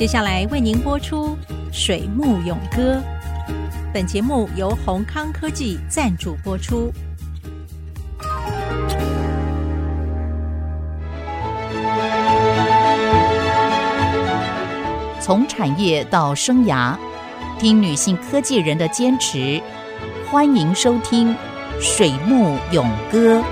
接下来为您播出水木咏歌。本节目由宏康科技赞助播出。 从产业到生涯，听女性科技人的坚持。欢迎收听水木咏歌。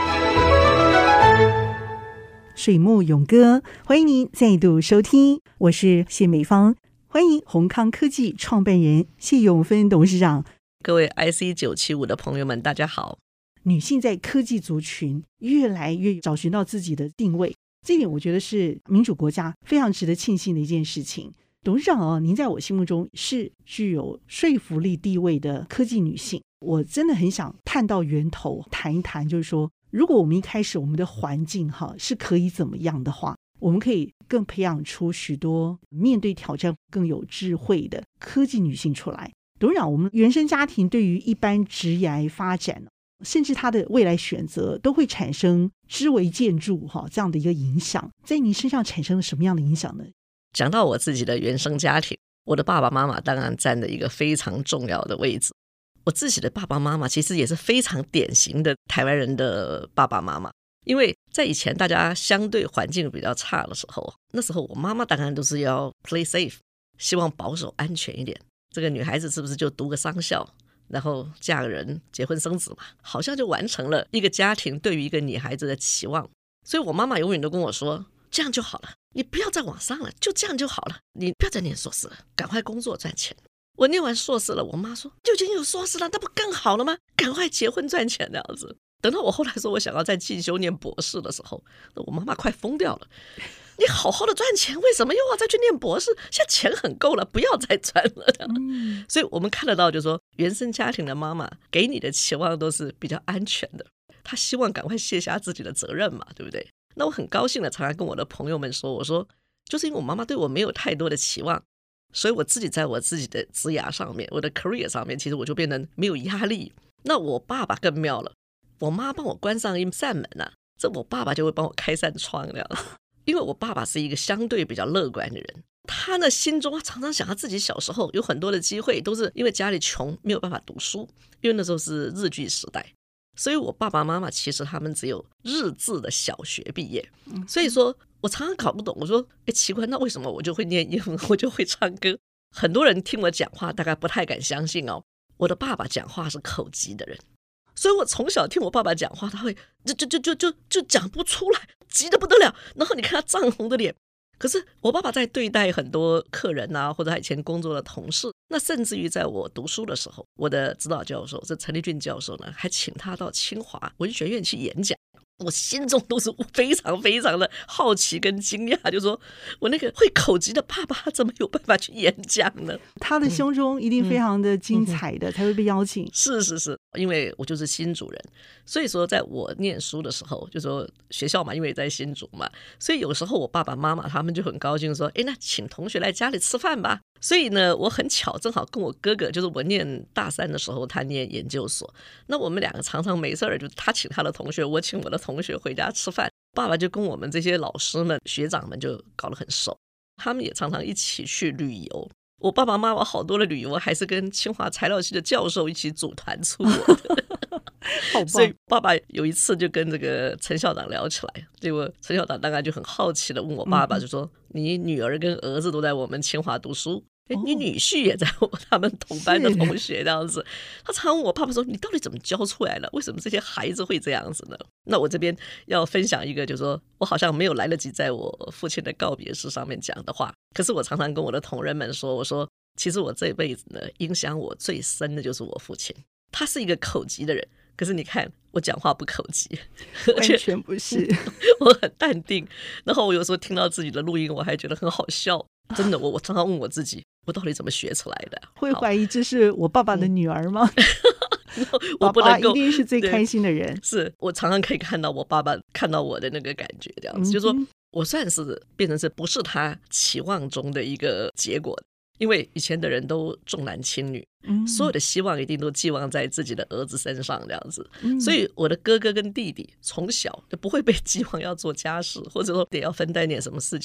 水木咏歌，欢迎您再度收听，我是谢美芳，欢迎宏康科技创办人谢永芬董事长。 各位 IC975 的朋友们，大家好。 女性在科技族群越来越找寻到自己的定位，这一点我觉得是民主国家非常值得庆幸的一件事情。董事长您在我心目中是具有说服力地位的科技女性，我真的很想探到源头谈一谈，就是说如果我们一开始我们的环境是可以怎么样的话，我们可以更培养出许多面对挑战更有智慧的科技女性出来。董事长，我们原生家庭对于一般职业发展甚至他的未来选择都会产生枝微建筑这样的一个影响，在您身上产生了什么样的影响呢？ 讲到我自己的原生家庭，我的爸爸妈妈当然占了一个非常重要的位置。我自己的爸爸妈妈其实也是非常典型的台湾人的爸爸妈妈，因为在以前大家相对环境比较差的时候，那时候我妈妈当然都是要 play safe， 希望保守安全一点。这个女孩子是不是就读个商校，然后嫁个人，结婚生子嘛，好像就完成了一个家庭对于一个女孩子的期望。所以我妈妈永远都跟我说，这样就好了，你不要再往上了，就这样就好了，你不要再念硕士了，赶快工作赚钱。我念完硕士了，我妈说就已经有硕士了，那不更好了吗？赶快结婚赚钱这样子。等到我后来说我想要再进修念博士的时候，我妈妈快疯掉了。你好好的赚钱，为什么又要再去念博士？现在钱很够了，不要再赚了。所以我们看得到，就是说原生家庭的妈妈给你的期望都是比较安全的，她希望赶快卸下自己的责任嘛，对不对？那我很高兴的常常跟我的朋友们说，我说就是因为我妈妈对我没有太多的期望，所以我自己在我自己的职涯上面，我的 career 上面，其实我就变得没有压力。那我爸爸更妙了，我妈帮我关上一扇门这我爸爸就会帮我开扇窗这样子。因为我爸爸是一个相对比较乐观的人，他呢心中常常想他自己小时候有很多的机会都是因为家里穷没有办法读书，因为那时候是日据时代，所以我爸爸妈妈其实他们只有日治的小学毕业。所以说我常常搞不懂，我说奇怪，那为什么我就会念英文，我就会唱歌？很多人听我讲话大概不太敢相信我的爸爸讲话是口疾的人，所以我从小听我爸爸讲话，他会就讲不出来，急得不得了，然后你看他涨红的脸。可是我爸爸在对待很多客人或者他以前工作的同事，那甚至于在我读书的时候，我的指导教授是陈立俊教授呢，还请他到清华文学院去演讲。我心中都是非常非常的好奇跟惊讶，就说我那个会口疾的爸爸怎么有办法去演讲呢？ 他的胸中一定非常的精彩的，才会被邀请。 是，因为我就是新竹人，所以说在我念书的时候，就说学校嘛，因为在新竹嘛，所以有时候我爸爸妈妈他们就很高兴说，那请同学来家里吃饭吧。所以呢，我很巧正好跟我哥哥，就是我念大三的时候他念研究所，那我们两个常常没事就他请他的同学，我请我的同学回家吃饭，爸爸就跟我们这些老师们学长们就搞得很熟，他们也常常一起去旅游。我爸爸妈妈好多的旅游还是跟清华材料系的教授一起组团出国的好棒。 所以爸爸有一次就跟这个陈校长聊起来，结果陈校长大概就很好奇的问我爸爸，就说你女儿跟儿子都在我们清华读书，你女婿也在他们同班的同学这样子。他常问我爸爸说，你到底怎么教出来的？为什么这些孩子会这样子呢？那我这边要分享一个，就是说我好像没有来得及在我父亲的告别式上面讲的话，可是我常常跟我的同仁们说，我说其实我这辈子呢，影响我最深的就是我父亲。他是一个口疾的人，可是你看我讲话不口疾， 完全不是我很淡定。然后我有时候听到自己的录音，我还觉得很好笑。真的，我常常问我自己，我到底怎么学出来的？ 会怀疑这是我爸爸的女儿吗？ 我不能够， 爸爸一定是最开心的人。 是我常常可以看到我爸爸看到我的那个感觉，这样子，就是说我算是变成是不是他期望中的一个结果。因为以前的人都重男轻女，所有的希望一定都寄望在自己的儿子身上这样子，所以我的哥哥跟弟弟从小就不会被寄望要做家事，或者说得要分担点什么事情。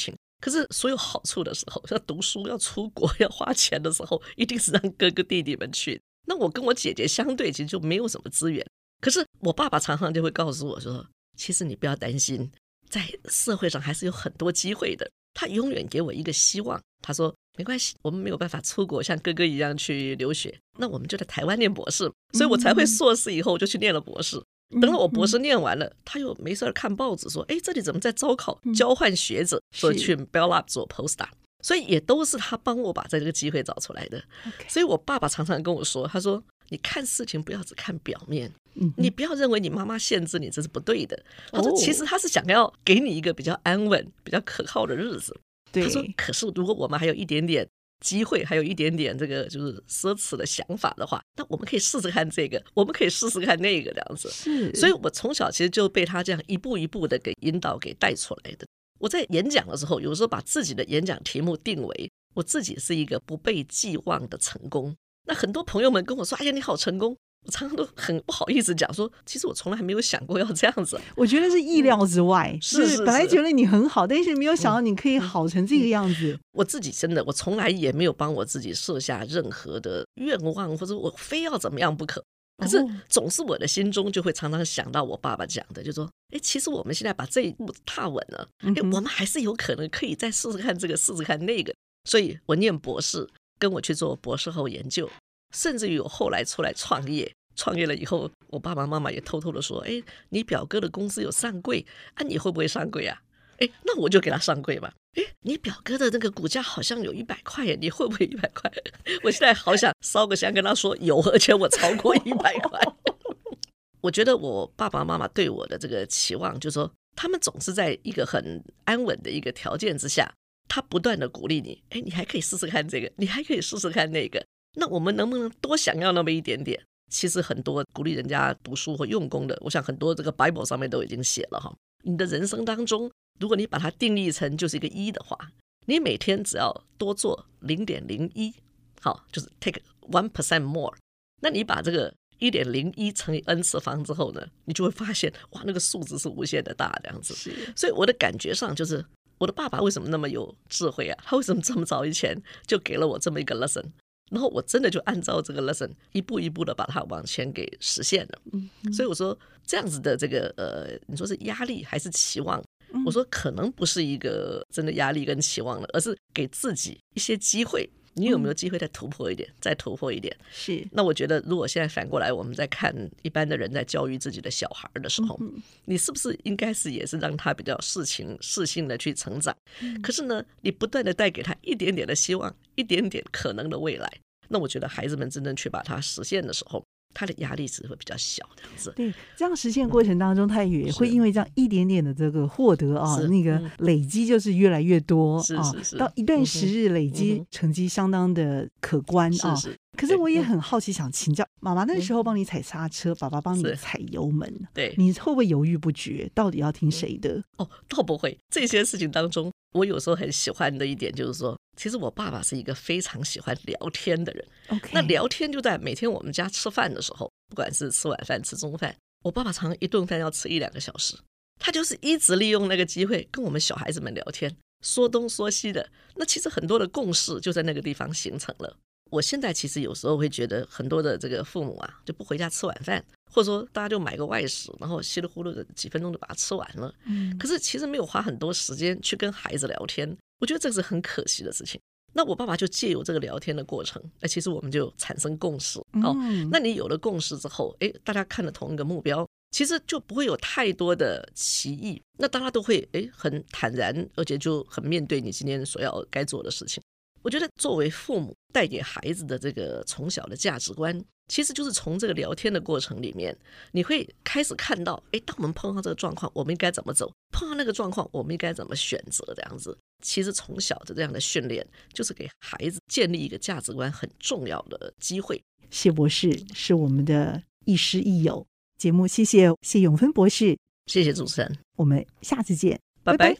可是所有好处的时候，要读书要出国要花钱的时候，一定是让哥哥弟弟们去。那我跟我姐姐相对其实就没有什么资源，可是我爸爸常常就会告诉我说，其实你不要担心，在社会上还是有很多机会的。他永远给我一个希望，他说没关系，我们没有办法出国像哥哥一样去留学，那我们就在台湾念博士。所以我才会硕士以后就去念了博士。等到我博士念完了，他又没事看报纸说，这里怎么在招考交换学者，所以去 Bell Lab 做 postdoc。所以也都是他帮我把这个机会找出来的。所以我爸爸常常跟我说，他说你看事情不要只看表面，你不要认为你妈妈限制你这是不对的。他说其实他是想要给你一个比较安稳比较可靠的日子。他说可是如果我们还有一点点机会，还有一点点这个就是奢侈的想法的话，那我们可以试试看这个，我们可以试试看那个，这样子。所以我从小其实就被他这样一步一步的给引导给带出来的。我在演讲的时候，有时候把自己的演讲题目定为我自己是一个不被寄望的成功。那很多朋友们跟我说，哎呀你好成功，我常常都很不好意思讲说，其实我从来没有想过要这样子。 我觉得是意料之外，是本来觉得你很好，但是没有想到你可以好成这个样子。 我自己真的，我从来也没有帮我自己设下任何的愿望，或者我非要怎么样不可。可是总是我的心中就会常常想到我爸爸讲的，就说其实我们现在把这一步踏稳了，我们还是有可能可以再试试看这个试试看那个。所以我念博士，跟我去做博士后研究，甚至于我后来出来创业了以后，我爸爸妈妈也偷偷的说，你表哥的公司有上柜啊，你会不会上柜啊？那我就给他上柜吧。你表哥的那个股价好像有100块耶，你会不会100块？我现在好想烧个香跟他说有，而且我超过100块。我觉得我爸爸妈妈对我的这个期望，就是说他们总是在一个很安稳的一个条件之下，他不断的鼓励你，你还可以试试看这个，你还可以试试看那个，那我们能不能多想要那么一点点？其实很多鼓励人家读书或用功的，我想很多这个 Bible 上面都已经写了哈。你的人生当中，如果你把它定义成就是一个1的话，你每天只要多做 0.01， 好，就是 take 1% more， 那你把这个 1.01 乘以 n 次方之后呢，你就会发现哇，那个数字是无限的大这样子。所以我的感觉上就是我的爸爸为什么那么有智慧啊？他为什么这么早以前就给了我这么一个 lesson， 然后我真的就按照这个 lesson 一步一步的把它往前给实现了。所以我说这样子的这个你说是压力还是期望？我说可能不是一个真的压力跟期望了，而是给自己一些机会。你有没有机会再突破一点，再突破一点？是。那我觉得如果现在反过来我们在看一般的人在教育自己的小孩的时候，你是不是应该是也是让他比较适性的去成长，可是呢你不断的带给他一点点的希望，一点点可能的未来，那我觉得孩子们真正去把它实现的时候，他的压力只会比较小这样子。 对，这样实现过程当中，他也会因为这样一点点的这个获得啊，那个累积就是越来越多啊，到一段时日累积成绩相当的可观啊。可是我也很好奇，想请教妈妈，那时候帮你踩刹车，爸爸帮你踩油门，对，你会不会犹豫不决？到底要听谁的？ 倒不会。这些事情当中，我有时候很喜欢的一点就是说，其实我爸爸是一个非常喜欢聊天的人。那聊天就在每天我们家吃饭的时候，不管是吃晚饭吃中饭，我爸爸常常一顿饭要吃1-2个小时，他就是一直利用那个机会跟我们小孩子们聊天，说东说西的。那其实很多的共识就在那个地方形成了。我现在其实有时候会觉得很多的这个父母啊，就不回家吃晚饭，或者说大家就买个外食，然后稀里糊涂的几分钟就把它吃完了。可是其实没有花很多时间去跟孩子聊天，我觉得这是很可惜的事情。那我爸爸就借由这个聊天的过程，其实我们就产生共识。那你有了共识之后，大家看了同一个目标，其实就不会有太多的歧义，那大家都会很坦然，而且就很面对你今天所要该做的事情。我觉得作为父母带给孩子的这个从小的价值观，其实就是从这个聊天的过程里面，你会开始看到当我们碰到这个状况我们应该怎么走，碰到那个状况我们应该怎么选择，这样子。其实从小的这样的训练就是给孩子建立一个价值观很重要的机会。 谢博士是我们的亦师亦友，节目谢谢谢永芬博士。 谢谢主持人， 我们下次见， 拜拜。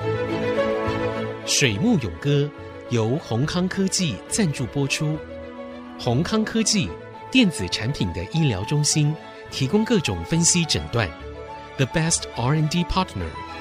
水木咏歌由宏康科技赞助播出。宏康科技电子产品的医疗中心，提供各种分析诊断。The best R&D partner